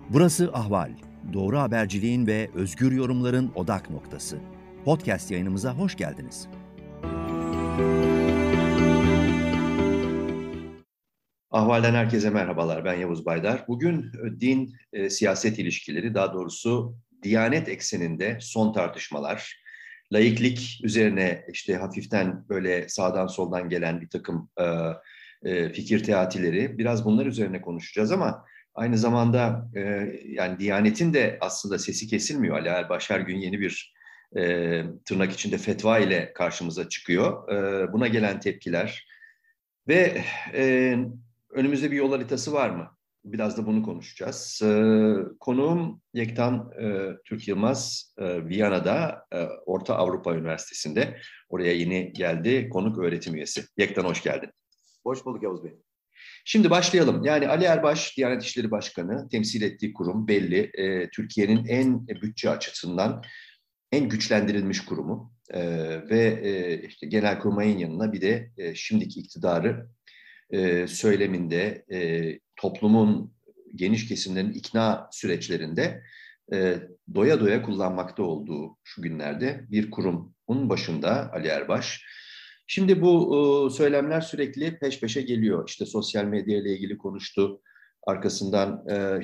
Burası Ahval. Doğru haberciliğin ve özgür yorumların odak noktası. Podcast yayınımıza hoş geldiniz. Ahval'den herkese merhabalar. Ben Yavuz Baydar. Bugün din-siyaset ilişkileri, daha doğrusu Diyanet ekseninde son tartışmalar, laiklik üzerine hafiften böyle sağdan soldan gelen bir takım fikir teatileri, biraz bunlar üzerine konuşacağız ama aynı zamanda yani Diyanet'in de aslında sesi kesilmiyor. Ali Erbaş her gün yeni bir tırnak içinde fetva ile karşımıza çıkıyor. Buna gelen tepkiler ve önümüzde bir yol haritası var mı? Biraz da bunu konuşacağız. Konuğum Yektan Türk Yılmaz, Viyana'da Orta Avrupa Üniversitesi'nde. Oraya yeni geldi, konuk öğretim üyesi. Yektan hoş geldin. Hoş bulduk Yavuz Bey. Şimdi başlayalım. Yani Ali Erbaş, Diyanet İşleri Başkanı, temsil ettiği kurum belli. Türkiye'nin en bütçe açısından en güçlendirilmiş kurumu. Ve Genelkurmay'ın yanına bir de şimdiki iktidarı söyleminde, toplumun geniş kesimlerinin ikna süreçlerinde doya doya kullanmakta olduğu şu günlerde bir kurumun başında Ali Erbaş. Şimdi bu söylemler sürekli peş peşe geliyor. İşte sosyal medya ile ilgili konuştu. Arkasından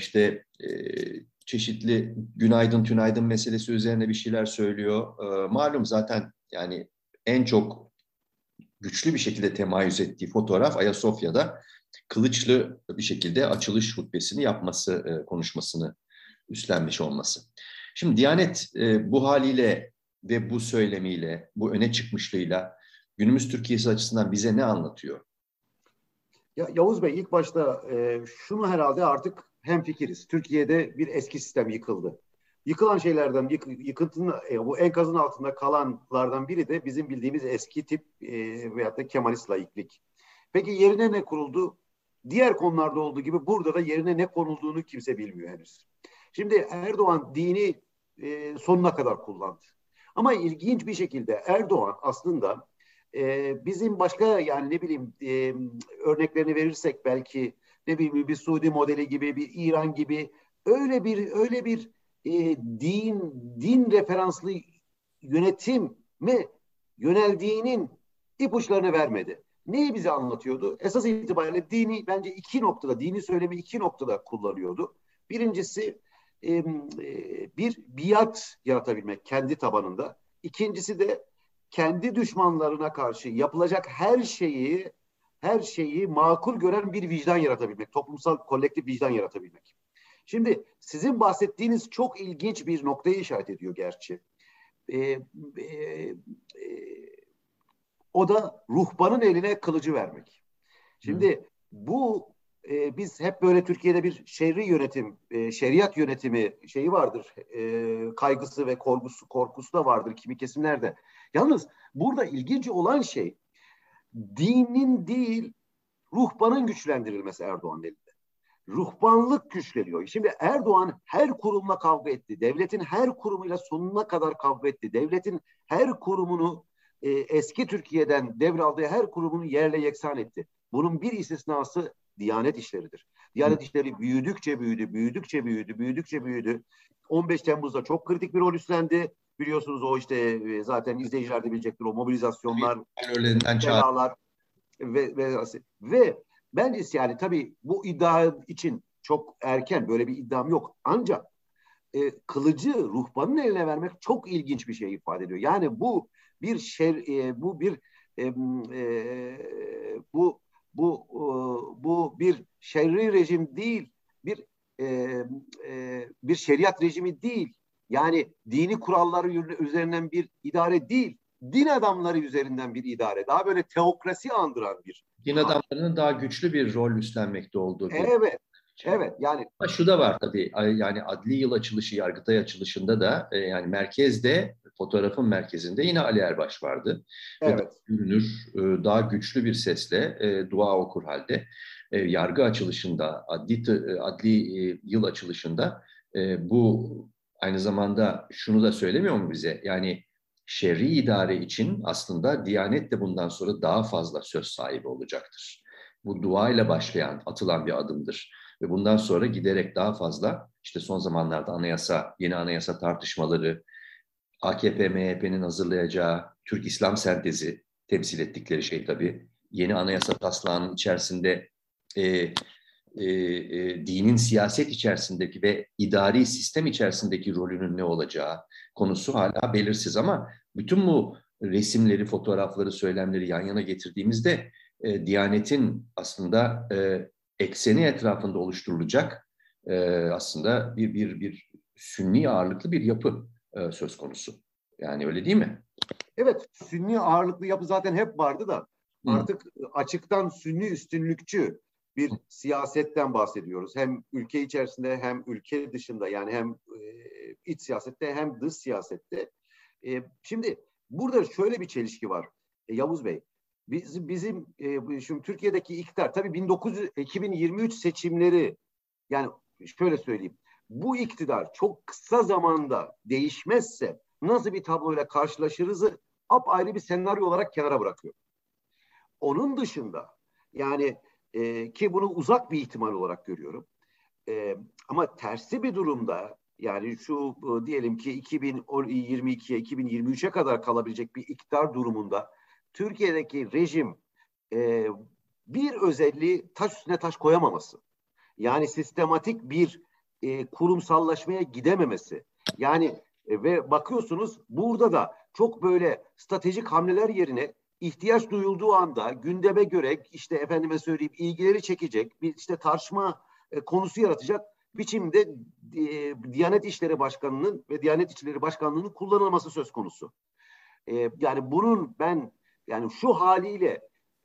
çeşitli günaydın tünaydın meselesi üzerine bir şeyler söylüyor. Malum zaten yani en çok güçlü bir şekilde temayüz ettiği fotoğraf Ayasofya'da kılıçlı bir şekilde açılış hutbesini yapması, konuşmasını üstlenmiş olması. Şimdi Diyanet bu haliyle ve bu söylemiyle, bu öne çıkmışlığıyla günümüz Türkiye'si açısından bize ne anlatıyor? Ya Yavuz Bey, ilk başta şunu herhalde artık hemfikiriz. Türkiye'de bir eski sistem yıkıldı. Yıkılan şeylerden, yıkıntının, bu enkazın altında kalanlardan biri de bizim bildiğimiz eski tip veyahut da Kemalist laiklik. Peki yerine ne kuruldu? Diğer konularda olduğu gibi burada da yerine ne konulduğunu kimse bilmiyor henüz. Şimdi Erdoğan dini sonuna kadar kullandı. Ama ilginç bir şekilde Erdoğan aslında bizim başka, yani ne bileyim, örneklerini verirsek belki, ne bileyim, bir Suudi modeli gibi, bir İran gibi öyle bir din referanslı yönetime yöneldiğinin ipuçlarını vermedi. Neyi bize anlatıyordu? Esas itibariyle dini söylemi iki noktada kullanıyordu. Birincisi bir biat yaratabilmek kendi tabanında. İkincisi de kendi düşmanlarına karşı yapılacak her şeyi makul gören bir vicdan yaratabilmek. Toplumsal kolektif vicdan yaratabilmek. Şimdi sizin bahsettiğiniz çok ilginç bir noktayı işaret ediyor gerçi. O da ruhbanın eline kılıcı vermek. Şimdi bu biz hep böyle Türkiye'de bir şeriat yönetimi şeyi vardır. Kaygısı ve korkusu da vardır kimi kesimlerde. Yalnız burada ilginç olan şey dinin değil, ruhbanın güçlendirilmesi Erdoğan'ın elinde. Ruhbanlık güçleniyor. Şimdi Erdoğan her kurumla kavga etti. Devletin her kurumuyla sonuna kadar kavga etti. Devletin her kurumunu eski Türkiye'den devraldığı her kurumunu yerle yeksan etti. Bunun bir istisnası Diyanet İşleri'dir. Diyanet İşleri büyüdükçe büyüdü. 15 Temmuz'da çok kritik bir rol üstlendi. Biliyorsunuz o zaten izleyiciler de bilecektir, o mobilizasyonlar, belalar ve bence yani tabii bu iddia için çok erken, böyle bir iddiam yok. Ancak kılıcı ruhbanın eline vermek çok ilginç bir şey ifade ediyor. Yani bu bir şer'i rejim değil, bir şeriat rejimi değil. Yani dini kuralları üzerinden bir idare değil, din adamları üzerinden bir idare. Daha böyle teokrasi andıran bir. Din adamlarının daha güçlü bir rol üstlenmekte olduğu bir. Evet yani. Ama şu da var tabii, yani adli yıl açılışı, Yargıtay açılışında da yani merkezde, fotoğrafın merkezinde yine Ali Erbaş vardı. Evet. Ve görünür, daha güçlü bir sesle dua okur halde. Yargı açılışında, adli yıl açılışında bu aynı zamanda şunu da söylemiyor mu bize? Yani şer'i idare için aslında Diyanet de bundan sonra daha fazla söz sahibi olacaktır. Bu duayla başlayan, atılan bir adımdır. ve bundan sonra giderek daha fazla işte son zamanlarda yeni anayasa tartışmaları, AKP, MHP'nin hazırlayacağı Türk İslam sentezi temsil ettikleri şey tabii. Yeni anayasa taslağının içerisinde e, dinin siyaset içerisindeki ve idari sistem içerisindeki rolünün ne olacağı konusu hala belirsiz ama bütün bu resimleri, fotoğrafları, söylemleri yan yana getirdiğimizde Diyanet'in aslında ekseni etrafında oluşturulacak aslında bir sünni ağırlıklı bir yapı söz konusu. Yani öyle değil mi? Evet, Sünni ağırlıklı yapı zaten hep vardı da Hı. artık açıktan Sünni üstünlükçü bir siyasetten bahsediyoruz. Hem ülke içerisinde hem ülke dışında, yani hem iç siyasette hem dış siyasette. Şimdi burada şöyle bir çelişki var Yavuz Bey. Bizim şimdi Türkiye'deki iktidar tabii 2023 seçimleri, yani şöyle söyleyeyim. Bu iktidar çok kısa zamanda değişmezse nasıl bir tabloyla karşılaşırızı apayrı bir senaryo olarak kenara bırakıyor. Onun dışında yani ki bunu uzak bir ihtimal olarak görüyorum. Ama tersi bir durumda, yani şu diyelim ki 2022'ye 2023'e kadar kalabilecek bir iktidar durumunda Türkiye'deki rejim e, bir özelliği taş üstüne taş koyamaması. Yani sistematik bir kurumsallaşmaya gidememesi. Yani ve bakıyorsunuz burada da çok böyle stratejik hamleler yerine ihtiyaç duyulduğu anda gündeme göre işte efendime söyleyeyim ilgileri çekecek bir işte tartışma konusu yaratacak biçimde Diyanet İşleri Başkanı'nın ve Diyanet İşleri Başkanlığı'nın kullanılması söz konusu. Yani bunun ben yani şu haliyle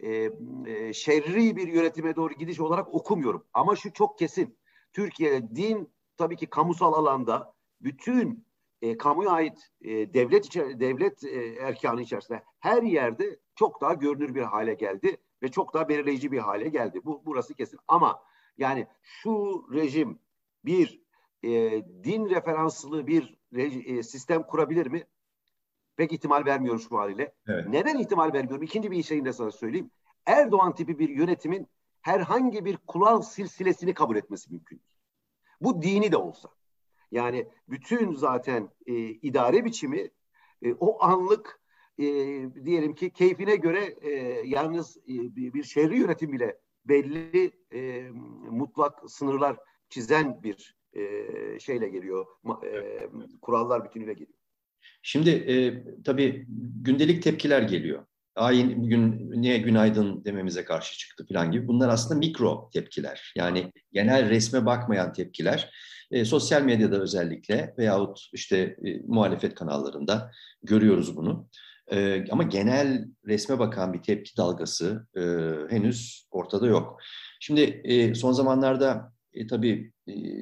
şerri bir yönetime doğru gidiş olarak okumuyorum. Ama şu çok kesin. Türkiye'de din tabii ki kamusal alanda bütün kamuya ait devlet erkanı içerisinde her yerde çok daha görünür bir hale geldi ve çok daha belirleyici bir hale geldi. Burası kesin. Ama yani şu rejim bir din referanslı bir sistem kurabilir mi? Pek ihtimal vermiyorum şu haliyle. Evet. Neden ihtimal vermiyorum? İkinci bir şeyini de sana söyleyeyim. Erdoğan tipi bir yönetimin herhangi bir kural silsilesini kabul etmesi mümkün. Bu dini de olsa. Yani bütün zaten idare biçimi o anlık diyelim ki keyfine göre yalnız bir şehri yönetim bile belli mutlak sınırlar çizen bir şeyle geliyor. Kurallar bütünüyle geliyor. Şimdi tabii gündelik tepkiler geliyor. Bugün niye günaydın dememize karşı çıktı falan gibi. Bunlar aslında mikro tepkiler. Yani genel resme bakmayan tepkiler. Sosyal medyada özellikle veyahut işte muhalefet kanallarında görüyoruz bunu. Ama genel resme bakan bir tepki dalgası henüz ortada yok. Şimdi son zamanlarda tabii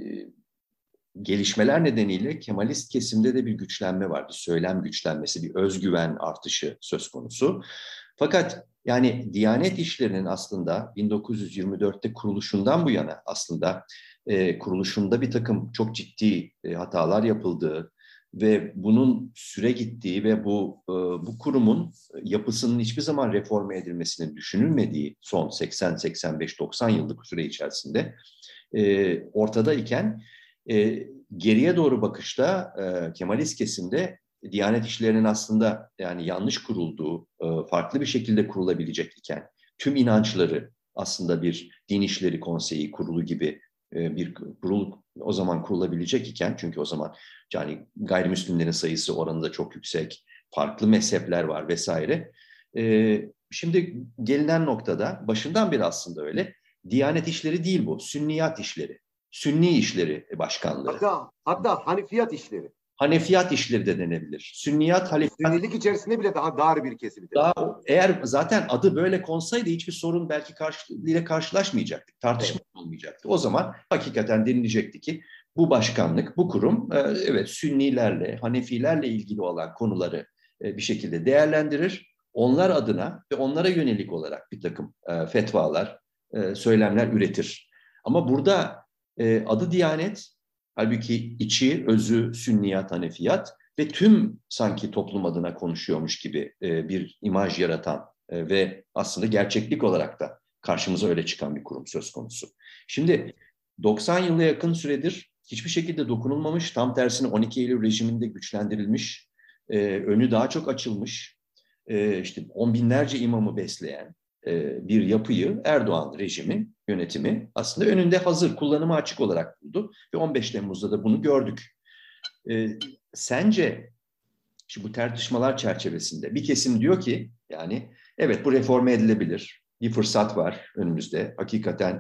gelişmeler nedeniyle Kemalist kesimde de bir güçlenme var. Bir söylem güçlenmesi, bir özgüven artışı söz konusu. Fakat yani Diyanet İşleri'nin aslında 1924'te kuruluşundan bu yana aslında kuruluşunda bir takım çok ciddi hatalar yapıldığı ve bunun süre gittiği ve bu kurumun yapısının hiçbir zaman reforme edilmesinin düşünülmediği son 80, 85, 90 yıllık süre içerisinde ortada iken geriye doğru bakışta Kemalist kesimde Diyanet İşleri'nin aslında yani yanlış kurulduğu, farklı bir şekilde kurulabilecek iken tüm inançları aslında bir Din İşleri Konseyi kurulu gibi bir kurul o zaman kurulabilecek iken, çünkü o zaman yani gayrimüslimlerin sayısı oranında çok yüksek, farklı mezhepler var vesaire. Şimdi gelinen noktada başından beri aslında öyle. Diyanet İşleri değil bu, Sünniyat İşleri. Sünni İşleri Başkanlığı. Hatta Hanifiyat işleri. Hanefiyat işleri de denebilir. Sünniyat, Yani Halefiyat Sünnilik içerisinde bile daha dar bir kesimi daha demek. eğer zaten adı böyle konsaydı hiçbir sorun belki ile karşılaşmayacaktık. Tartışma Evet. olmayacaktı. O zaman hakikaten denilecekti ki bu başkanlık, bu kurum evet Sünnilerle, Hanefilerle ilgili olan konuları bir şekilde değerlendirir. Onlar adına ve onlara yönelik olarak bir takım fetvalar, söylemler üretir. Ama burada adı Diyanet, halbuki içi, özü Sünniyat, Hanefiyat ve tüm sanki toplum adına konuşuyormuş gibi bir imaj yaratan ve aslında gerçeklik olarak da karşımıza öyle çıkan bir kurum söz konusu. Şimdi 90 yıla yakın süredir hiçbir şekilde dokunulmamış. Tam tersine 12 Eylül rejiminde güçlendirilmiş, önü daha çok açılmış, işte on binlerce imamı besleyen bir yapıyı Erdoğan rejimi, yönetimi aslında önünde hazır, kullanıma açık olarak buldu. Ve 15 Temmuz'da da bunu gördük. Sence şimdi bu tartışmalar çerçevesinde bir kesim diyor ki yani evet bu reforme edilebilir. Bir fırsat var önümüzde. Hakikaten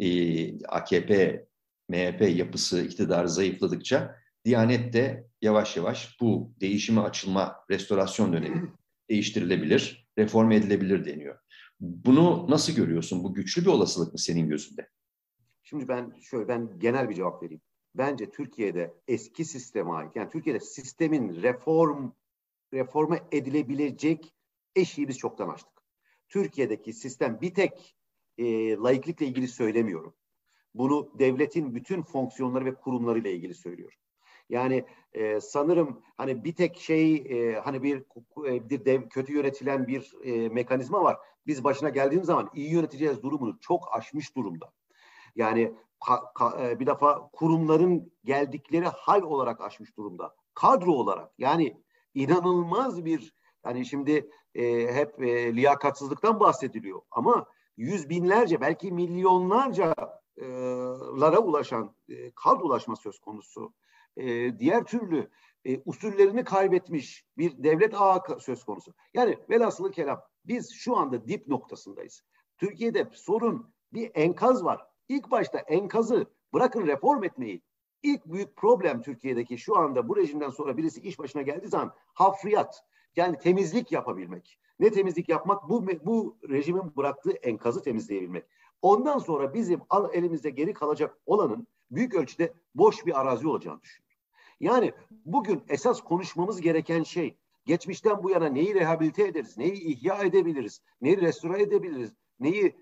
AKP, MHP yapısı iktidarı zayıfladıkça Diyanet de yavaş yavaş bu değişime açılma, restorasyon dönemi değiştirilebilir, reform edilebilir deniyor. Bunu nasıl görüyorsun? Bu güçlü bir olasılık mı senin gözünde? Şimdi ben genel bir cevap vereyim. Bence Türkiye'de eski sisteme ait, yani Türkiye'de sistemin reforme edilebilecek eşiği biz çoktan açtık. Türkiye'deki sistem bir tek laiklikle ilgili söylemiyorum. Bunu devletin bütün fonksiyonları ve kurumlarıyla ilgili söylüyorum. Yani sanırım hani bir tek hani bir kötü yönetilen bir mekanizma var. Biz başına geldiğimiz zaman iyi yöneteceğiz durumunu çok aşmış durumda. Yani bir defa kurumların geldikleri hal olarak aşmış durumda. Kadro olarak yani inanılmaz bir, yani şimdi hep liyakatsızlıktan bahsediliyor ama yüz binlerce belki milyonlarca lara ulaşan kadrolaşma söz konusu. Diğer türlü usullerini kaybetmiş bir devlet ağı söz konusu. Yani velhasılı kelam biz şu anda dip noktasındayız. Türkiye'de sorun bir enkaz var. İlk başta enkazı bırakın reform etmeyi. İlk büyük problem Türkiye'deki şu anda bu rejimden sonra birisi iş başına geldiği zaman hafriyat, yani temizlik yapabilmek. Ne temizlik yapmak? Bu rejimin bıraktığı enkazı temizleyebilmek. Ondan sonra bizim elimizde geri kalacak olanın büyük ölçüde boş bir arazi olacağını düşünüyorum. Yani bugün esas konuşmamız gereken şey geçmişten bu yana neyi rehabilite ederiz, neyi ihya edebiliriz, neyi restore edebiliriz, neyi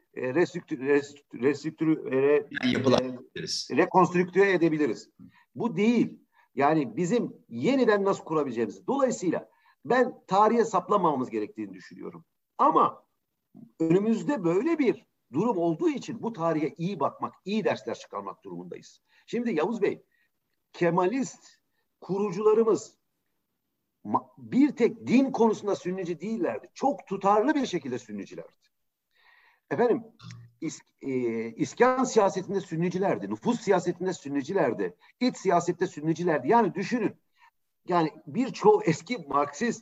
rekonstrüktüre edebiliriz. Bu değil. Yani bizim yeniden nasıl kurabileceğimiz. Dolayısıyla ben tarihe saplamamamız gerektiğini düşünüyorum. Ama önümüzde böyle bir durum olduğu için bu tarihe iyi bakmak, iyi dersler çıkarmak durumundayız. Şimdi Yavuz Bey, Kemalist kurucularımız bir tek din konusunda sünnici değillerdi. Çok tutarlı bir şekilde sünnicilerdi. Efendim, iskan siyasetinde sünnicilerdi, nüfus siyasetinde sünnicilerdi, iç siyasette sünnicilerdi. Yani düşünün, yani birçoğu eski Marksist,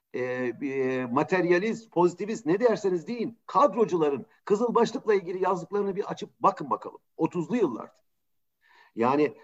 materyalist, pozitivist ne derseniz deyin, kadrocuların Kızılbaşlıkla ilgili yazdıklarını bir açıp bakın bakalım. 30'lu yıllardı. Yani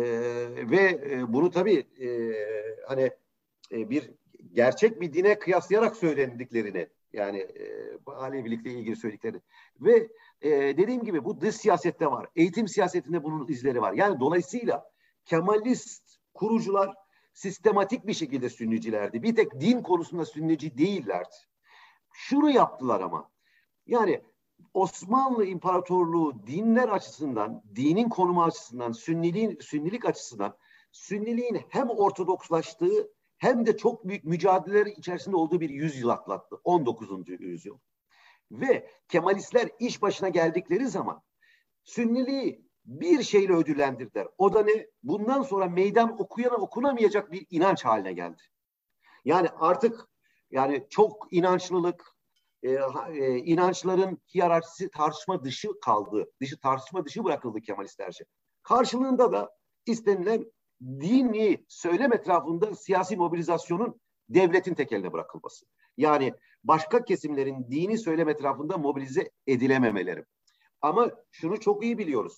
bunu tabii hani bir gerçek bir dine kıyaslayarak söylendiklerini, yani Alevilikle ilgili söyledikleri ve dediğim gibi bu dış siyasette var. Eğitim siyasetinde bunun izleri var. Yani dolayısıyla Kemalist kurucular sistematik bir şekilde sünnicilerdi. Bir tek din konusunda sünnici değillerdi. Şunu yaptılar ama. Yani Osmanlı İmparatorluğu dinler açısından, dinin konumu açısından, sünnilik açısından, sünniliğin hem ortodokslaştığı hem de çok büyük mücadeleler içerisinde olduğu bir yüzyıl atlattı. 19. yüzyıl. Ve Kemalistler iş başına geldikleri zaman sünniliği bir şeyle ödüllendirdiler. O da ne? Bundan sonra meydan okunamayacak bir inanç haline geldi. Yani artık yani çok inançlılık, inançların hiyerarşisi tartışma dışı kaldı. Tartışma dışı bırakıldı Kemalistlerce. Karşılığında da istenilen dini söylem etrafında siyasi mobilizasyonun devletin tek eline bırakılması. Yani başka kesimlerin dini söylem etrafında mobilize edilememeleri. Ama şunu çok iyi biliyoruz.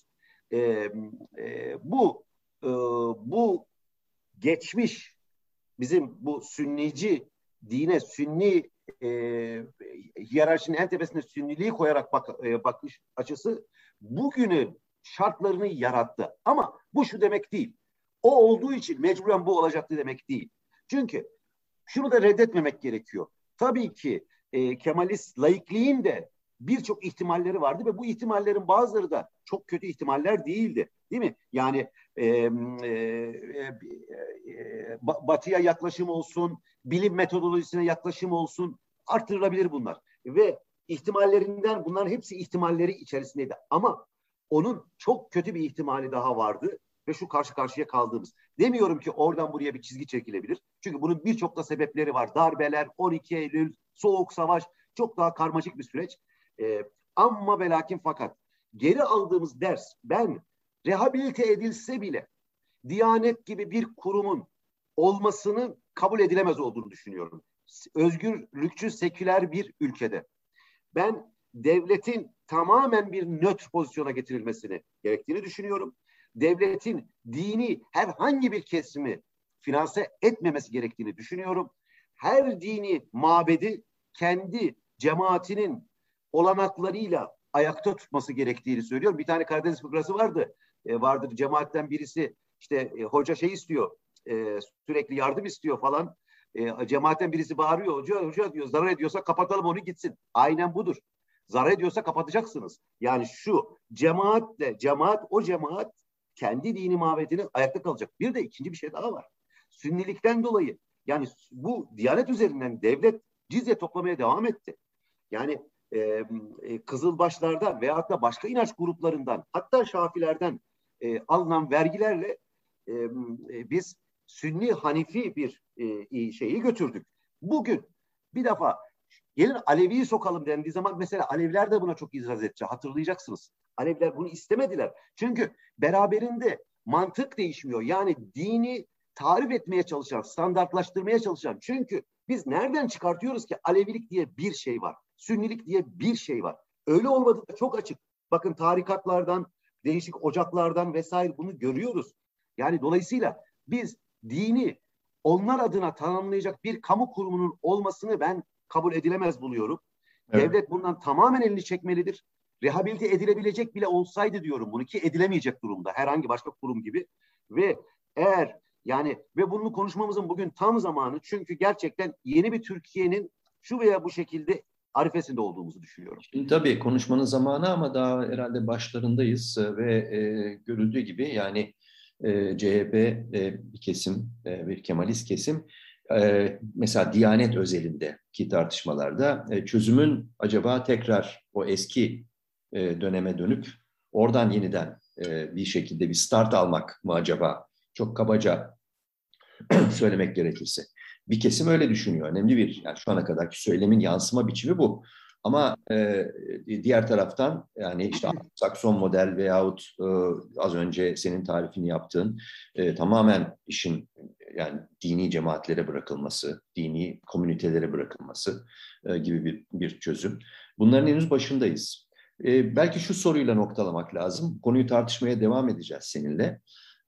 Bu geçmiş bizim bu sünnici dine, sünni hiyerarşinin en tepesine sünniliği koyarak bakış açısı bugünün şartlarını yarattı. Ama bu şu demek değil. O olduğu için mecburen bu olacaktı demek değil. Çünkü şunu da reddetmemek gerekiyor. Tabii ki Kemalist laikliğin de birçok ihtimalleri vardı ve bu ihtimallerin bazıları da çok kötü ihtimaller değildi. Değil mi? Yani batıya yaklaşım olsun, bilim metodolojisine yaklaşım olsun, artırılabilir bunlar. Ve ihtimallerinden bunların hepsi ihtimalleri içerisindeydi. Ama onun çok kötü bir ihtimali daha vardı ve şu karşı karşıya kaldığımız. Demiyorum ki oradan buraya bir çizgi çekilebilir. Çünkü bunun birçok da sebepleri var. Darbeler, 12 Eylül, Soğuk Savaş, çok daha karmaşık bir süreç. Ama ve lakin fakat geri aldığımız ders, ben rehabilite edilse bile Diyanet gibi bir kurumun olmasının kabul edilemez olduğunu düşünüyorum. Özgürlükçü, seküler bir ülkede. Ben devletin tamamen bir nötr pozisyona getirilmesini gerektiğini düşünüyorum. Devletin dini herhangi bir kesimi finanse etmemesi gerektiğini düşünüyorum. Her dini mabedi kendi cemaatinin olanaklarıyla ayakta tutması gerektiğini söylüyor. Bir tane Karadeniz fıkrası vardır. Cemaatten birisi işte hoca şey istiyor, sürekli yardım istiyor falan. Cemaatten birisi bağırıyor, hoca diyor, zarar ediyorsa kapatalım onu gitsin. Aynen budur. Zarar ediyorsa kapatacaksınız. Yani şu o cemaat kendi dini mabedini ayakta kalacak. Bir de ikinci bir şey daha var. Sünnilikten dolayı yani bu Diyanet üzerinden devlet cizye toplamaya devam etti. Yani Kızılbaşlardan veyahut da başka inanç gruplarından, hatta Şafilerden alınan vergilerle biz Sünni Hanifi bir şeyi götürdük. Bugün bir defa gelin Alevi'yi sokalım dendiği zaman mesela Aleviler de buna çok itiraz etti. Hatırlayacaksınız. Aleviler bunu istemediler. Çünkü beraberinde mantık değişmiyor. Yani dini tarif etmeye çalışan, standartlaştırmaya çalışan. Çünkü biz nereden çıkartıyoruz ki Alevilik diye bir şey var. Sünnilik diye bir şey var. Öyle olmadığı da çok açık. Bakın tarikatlardan, değişik ocaklardan vesaire bunu görüyoruz. Yani dolayısıyla biz dini onlar adına tanımlayacak bir kamu kurumunun olmasını ben kabul edilemez buluyorum. Evet. Devlet bundan tamamen elini çekmelidir. Rehabilite edilebilecek bile olsaydı diyorum bunu ki edilemeyecek durumda herhangi başka kurum gibi ve eğer yani ve bunu konuşmamızın bugün tam zamanı çünkü gerçekten yeni bir Türkiye'nin şu veya bu şekilde arifesinde olduğumuzu düşünüyorum. Şimdi tabii konuşmanın zamanı ama daha herhalde başlarındayız ve görüldüğü gibi yani CHP bir kesim, bir Kemalist kesim mesela Diyanet özelindeki tartışmalarda çözümün acaba tekrar o eski döneme dönüp oradan yeniden bir şekilde bir start almak mı acaba? Çok kabaca söylemek gerekirse. Bir kesim öyle düşünüyor. Önemli bir, yani şu ana kadarki söylemin yansıma biçimi bu. Ama diğer taraftan yani işte Sakson model veyahut az önce senin tarifini yaptığın tamamen işin yani dini cemaatlere bırakılması, dini komünitelere bırakılması gibi bir çözüm. Bunların henüz başındayız. Belki şu soruyla noktalamak lazım. Konuyu tartışmaya devam edeceğiz seninle.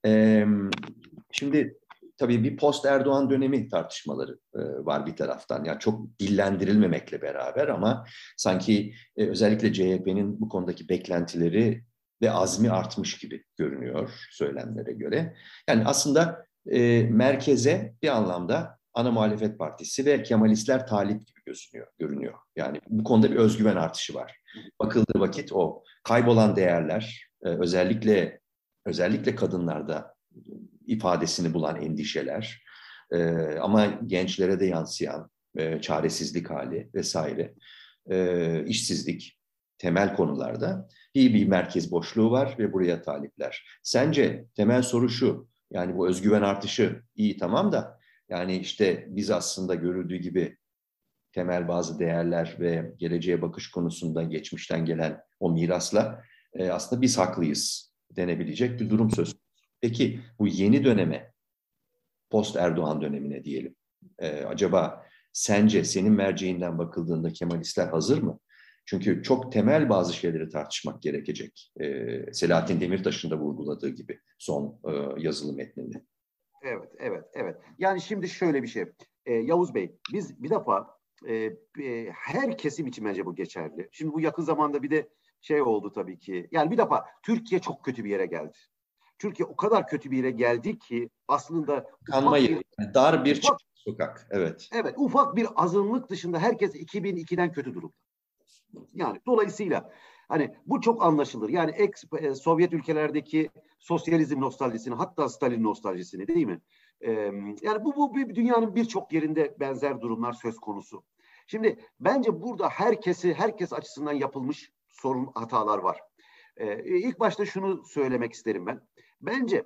Şimdi tabii bir post Erdoğan dönemi tartışmaları var bir taraftan. Yani çok dillendirilmemekle beraber ama sanki özellikle CHP'nin bu konudaki beklentileri ve azmi artmış gibi görünüyor söylemlere göre. Yani aslında merkeze bir anlamda ana muhalefet partisi ve Kemalistler talip gibi görünüyor. Yani bu konuda bir özgüven artışı var. Bakıldığı vakit o kaybolan değerler özellikle kadınlarda ifadesini bulan endişeler ama gençlere de yansıyan çaresizlik hali vesaire, işsizlik temel konularda iyi bir merkez boşluğu var ve buraya talipler. Sence temel soru şu, yani bu özgüven artışı iyi tamam da yani işte biz aslında görüldüğü gibi temel bazı değerler ve geleceğe bakış konusunda geçmişten gelen o mirasla aslında biz haklıyız denebilecek bir durum söz konusu. Peki bu yeni döneme, post Erdoğan dönemine diyelim, acaba sence senin merceğinden bakıldığında Kemalistler hazır mı? Çünkü çok temel bazı şeyleri tartışmak gerekecek. Selahattin Demirtaş'ın da vurguladığı gibi son yazılı metninde. Evet. Yani şimdi şöyle bir şey. Yavuz Bey, biz bir defa her kesim için bence bu geçerli. Şimdi bu yakın zamanda bir de şey oldu tabii ki. Yani bir defa Türkiye çok kötü bir yere geldi. Türkiye o kadar kötü bir yere geldi ki aslında dar bir sokak. Evet. Evet, ufak bir azınlık dışında herkes 2002'den kötü durumda. Yani dolayısıyla hani bu çok anlaşılır. Yani Sovyet ülkelerdeki sosyalizm nostaljisini, hatta Stalin nostaljisini değil mi? Yani bu dünyanın birçok yerinde benzer durumlar söz konusu. Şimdi bence burada herkes açısından yapılmış hatalar var. İlk başta şunu söylemek isterim ben. Bence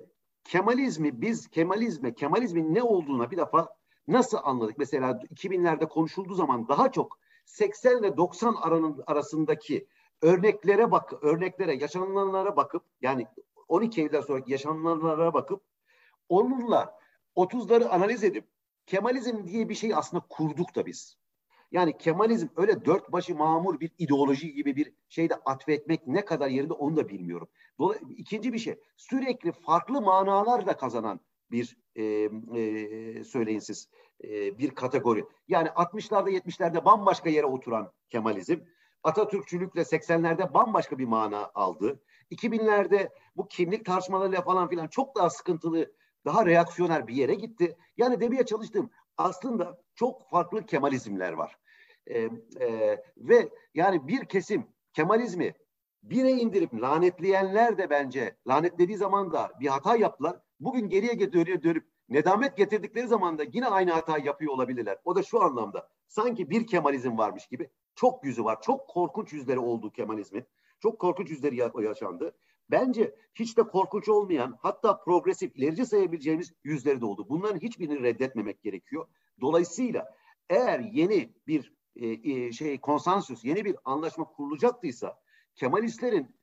Kemalizmin ne olduğuna bir defa nasıl anladık? Mesela 2000'lerde konuşulduğu zaman daha çok 80 ile 90 arasındaki örneklere, yaşananlara bakıp, yani 12 Eylül'den sonraki yaşananlara bakıp onunla 30'ları analiz edip Kemalizm diye bir şey aslında kurduk da biz. Yani Kemalizm öyle dört başı mamur bir ideoloji gibi bir şeyde atfetmek ne kadar yerinde onu da bilmiyorum. İkinci bir şey, sürekli farklı manalar da kazanan bir söyleyin siz bir kategori. Yani 60'larda 70'lerde bambaşka yere oturan Kemalizm, Atatürkçülükle 80'lerde bambaşka bir mana aldı. 2000'lerde bu kimlik tartışmalarıyla falan filan çok daha sıkıntılı, daha reaksiyoner bir yere gitti. Yani demeye çalıştığım, aslında çok farklı Kemalizmler var. Ve yani bir kesim Kemalizmi bire indirip lanetleyenler de bence lanetlediği zaman da bir hata yaptılar. Bugün geriye dönüp nedamet getirdikleri zaman da yine aynı hatayı yapıyor olabilirler. O da şu anlamda, sanki bir Kemalizm varmış gibi çok yüzü var. Çok korkunç yüzleri oldu Kemalizmin. Çok korkunç yüzleri yaşandı. Bence hiç de korkunç olmayan, hatta progresif, ilerici sayabileceğimiz yüzleri de oldu. Bunların hiçbirini reddetmemek gerekiyor. Dolayısıyla eğer yeni bir konsensüs, yeni bir anlaşma kurulacaktıysa Kemalistlerin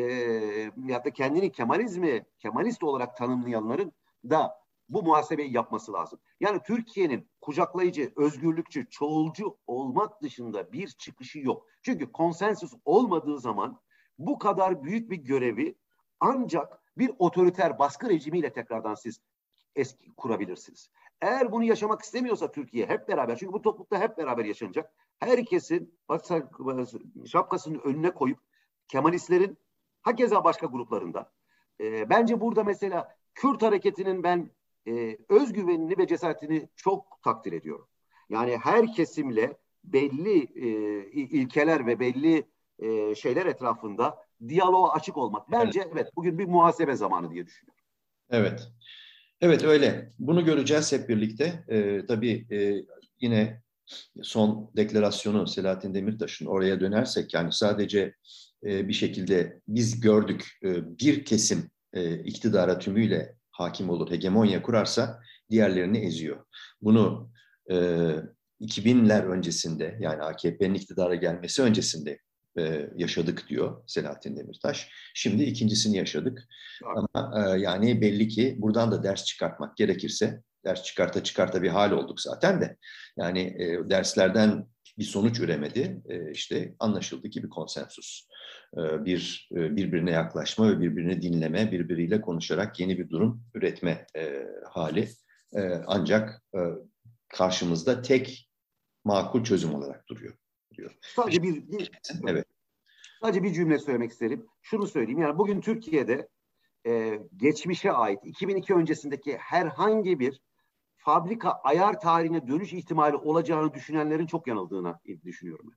ya da kendini Kemalist olarak tanımlayanların da bu muhasebeyi yapması lazım. Yani Türkiye'nin kucaklayıcı, özgürlükçü, çoğulcu olmak dışında bir çıkışı yok. Çünkü konsensüs olmadığı zaman bu kadar büyük bir görevi ancak bir otoriter baskı rejimiyle tekrardan siz kurabilirsiniz. Eğer bunu yaşamak istemiyorsa Türkiye hep beraber, çünkü bu toplulukta hep beraber yaşanacak. Herkesin şapkasının önüne koyup Kemalistlerin, hakeza başka gruplarında. Bence burada mesela Kürt hareketinin ben özgüvenini ve cesaretini çok takdir ediyorum. Yani her kesimle belli ilkeler ve belli şeyler etrafında diyaloğa açık olmak. Bence evet, bugün bir muhasebe zamanı diye düşünüyorum. Evet. Evet öyle. Bunu göreceğiz hep birlikte. Tabii yine son deklarasyonu Selahattin Demirtaş'ın, oraya dönersek, yani sadece bir şekilde biz gördük, bir kesim iktidara tümüyle hakim olur, hegemonya kurarsa diğerlerini eziyor. Bunu 2000'ler öncesinde, yani AKP'nin iktidara gelmesi öncesinde yaşadık diyor Selahattin Demirtaş. Şimdi ikincisini yaşadık. Ama yani belli ki buradan da ders çıkartmak gerekirse, ders çıkarta bir hal olduk zaten de. Yani derslerden bir sonuç üremedi. İşte anlaşıldı ki bir konsensus, birbirine yaklaşma ve birbirini dinleme, birbiriyle konuşarak yeni bir durum üretme hali. Ancak karşımızda tek makul çözüm olarak duruyor. Sadece Evet. Sadece bir cümle söylemek isterim. Şunu söyleyeyim, yani bugün Türkiye'de geçmişe ait 2002 öncesindeki herhangi bir fabrika ayar tarihine dönüş ihtimali olacağını düşünenlerin çok yanıldığını düşünüyorum.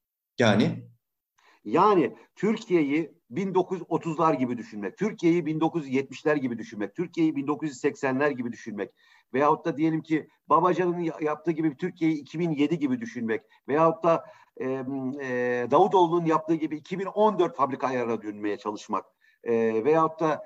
Yani Türkiye'yi 1930'lar gibi düşünmek, Türkiye'yi 1970'ler gibi düşünmek, Türkiye'yi 1980'ler gibi düşünmek veyahut da diyelim ki Babacan'ın yaptığı gibi Türkiye'yi 2007 gibi düşünmek veyahut da Davutoğlu'nun yaptığı gibi 2014 fabrika ayarına dönmeye çalışmak veyahut da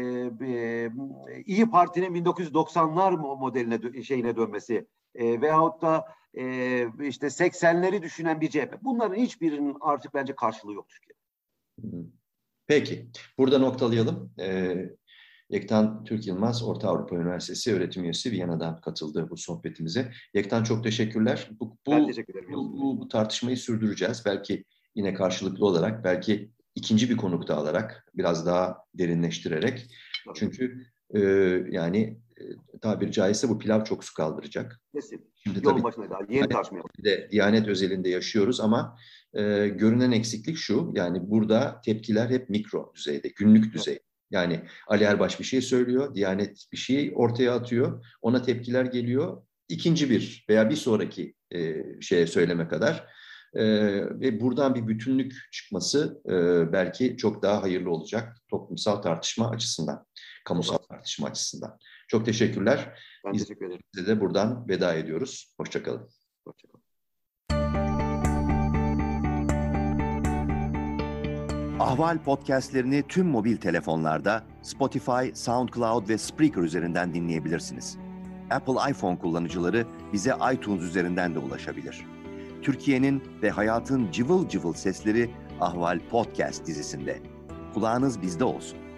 İyi Parti'nin 1990'lar modeline dönmesi veyahut da işte 80'leri düşünen bir CHP. Bunların hiçbirinin artık bence karşılığı yok Türkiye'de. Peki. Burada noktalayalım. Yektan Türk Yılmaz, Orta Avrupa Üniversitesi öğretim üyesi, Viyana'dan katıldı bu sohbetimize. Yektan, çok teşekkürler. Ben teşekkür ederim. Bu tartışmayı sürdüreceğiz. Belki yine karşılıklı olarak, belki ikinci bir konuk da alarak, biraz daha derinleştirerek. Tabii. Çünkü yani tabiri caizse bu pilav çok su kaldıracak. Kesin. Şimdi yolun tabii başına daha yeni tartışmaya Diyanet özelinde yaşıyoruz ama görünen eksiklik şu: yani burada tepkiler hep mikro düzeyde, günlük düzeyde. Yani Ali Erbaş bir şey söylüyor, Diyanet bir şey ortaya atıyor, ona tepkiler geliyor. İkinci bir veya bir sonraki şeye söyleme kadar ve buradan bir bütünlük çıkması belki çok daha hayırlı olacak toplumsal tartışma açısından, kamusal tartışma açısından. Çok teşekkürler. Ben teşekkür ederim. Size de buradan veda ediyoruz. Hoşça kalın. Hoşça kalın. Ahval podcastlerini tüm mobil telefonlarda Spotify, SoundCloud ve Spreaker üzerinden dinleyebilirsiniz. Apple iPhone kullanıcıları bize iTunes üzerinden de ulaşabilir. Türkiye'nin ve hayatın cıvıl cıvıl sesleri Ahval Podcast dizisinde. Kulağınız bizde olsun.